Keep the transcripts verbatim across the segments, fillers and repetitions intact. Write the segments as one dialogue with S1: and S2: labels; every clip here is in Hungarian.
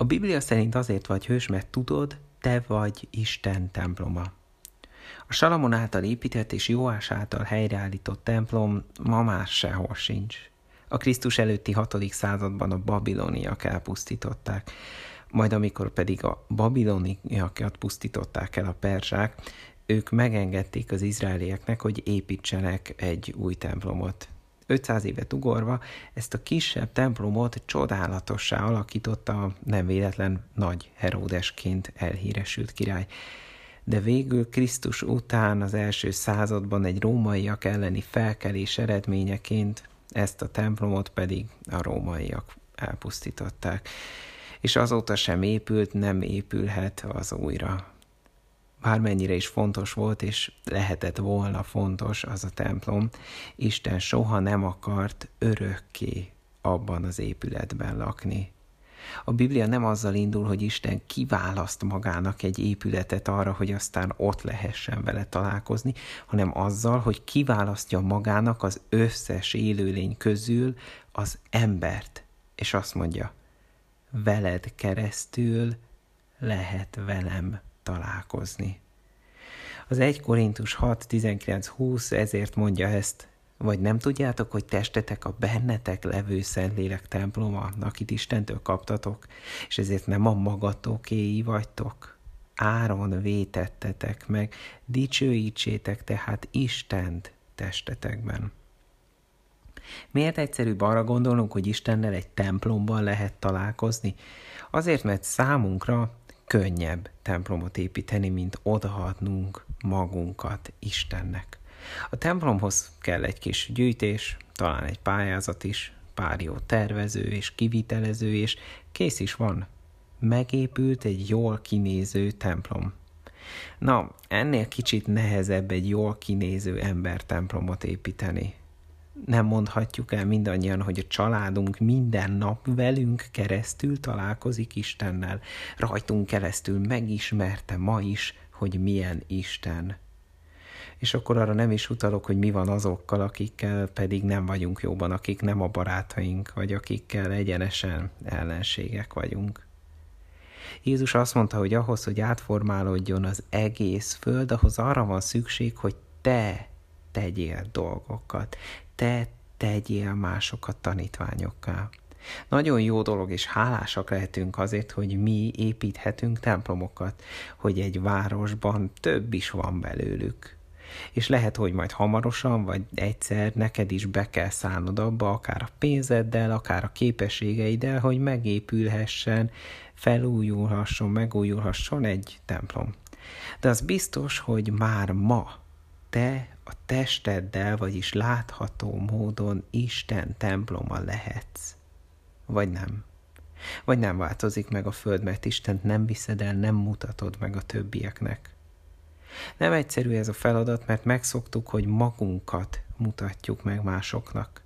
S1: A Biblia szerint azért vagy hős, mert tudod, te vagy Isten temploma. A Salamon által épített és Jóás által helyreállított templom ma már sehol sincs. A Krisztus előtti hatodik században a babiloniak elpusztították, majd amikor pedig a babiloniakat pusztították el a perzsák, ők megengedték az izraelieknek, hogy építsenek egy új templomot. ötszáz évet ugorva ezt a kisebb templomot csodálatossá alakította a nem véletlen nagy Heródesként elhíresült király. De végül Krisztus után az első században egy rómaiak elleni felkelés eredményeként ezt a templomot pedig a rómaiak elpusztították. És azóta sem épült, nem épülhet az újra. Bármennyire is fontos volt, és lehetett volna fontos az a templom, Isten soha nem akart örökké abban az épületben lakni. A Biblia nem azzal indul, hogy Isten kiválaszt magának egy épületet arra, hogy aztán ott lehessen vele találkozni, hanem azzal, hogy kiválasztja magának az összes élőlény közül az embert, és azt mondja, veled keresztül lehet velem találkozni. Az egy Korintus hat tizenkilenc húsz ezért mondja ezt, vagy nem tudjátok, hogy testetek a bennetek levő Szentlélek temploma, akit Istentől kaptatok, és ezért nem a magatokéi vagytok. Áron vétettetek meg, dicsőítsétek tehát Istent testetekben. Miért egyszerűbb arra gondolnunk, hogy Istennel egy templomban lehet találkozni? Azért, mert számunkra könnyebb templomot építeni, mint odaadnunk magunkat Istennek. A templomhoz kell egy kis gyűjtés, talán egy pályázat is, pár jó tervező és kivitelező, és kész is van. Megépült egy jól kinéző templom. Na, ennél kicsit nehezebb egy jól kinéző ember templomot építeni. Nem mondhatjuk el mindannyian, hogy a családunk minden nap velünk keresztül találkozik Istennel. Rajtunk keresztül megismerte ma is, hogy milyen Isten. És akkor arra nem is utalok, hogy mi van azokkal, akikkel pedig nem vagyunk jóban, akik nem a barátaink, vagy akikkel egyenesen ellenségek vagyunk. Jézus azt mondta, hogy ahhoz, hogy átformálódjon az egész föld, ahhoz arra van szükség, hogy te tegyél dolgokat, te tegyél másokat tanítványokká. Nagyon jó dolog, és hálásak lehetünk azért, hogy mi építhetünk templomokat, hogy egy városban több is van belőlük. És lehet, hogy majd hamarosan, vagy egyszer neked is be kell szállnod abba, akár a pénzeddel, akár a képességeiddel, hogy megépülhessen, felújulhasson, megújulhasson egy templom. De az biztos, hogy már ma te a testeddel, vagyis látható módon Isten temploma lehetsz. Vagy nem. Vagy nem változik meg a föld, mert Istent nem viszed el, nem mutatod meg a többieknek. Nem egyszerű ez a feladat, mert megszoktuk, hogy magunkat mutatjuk meg másoknak.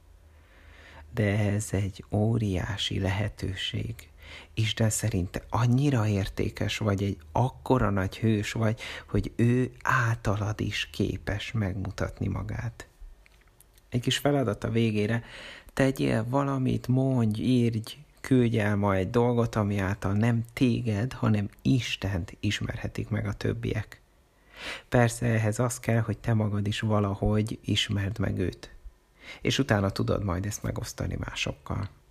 S1: De ez egy óriási lehetőség. Isten szerint te annyira értékes vagy, egy akkora nagy hős vagy, hogy ő általad is képes megmutatni magát. Egy kis feladat a végére, tegyél valamit, mondj, írj, küldj el ma egy dolgot, ami által nem téged, hanem Istent ismerhetik meg a többiek. Persze ehhez az kell, hogy te magad is valahogy ismerd meg őt. És utána tudod majd ezt megosztani másokkal.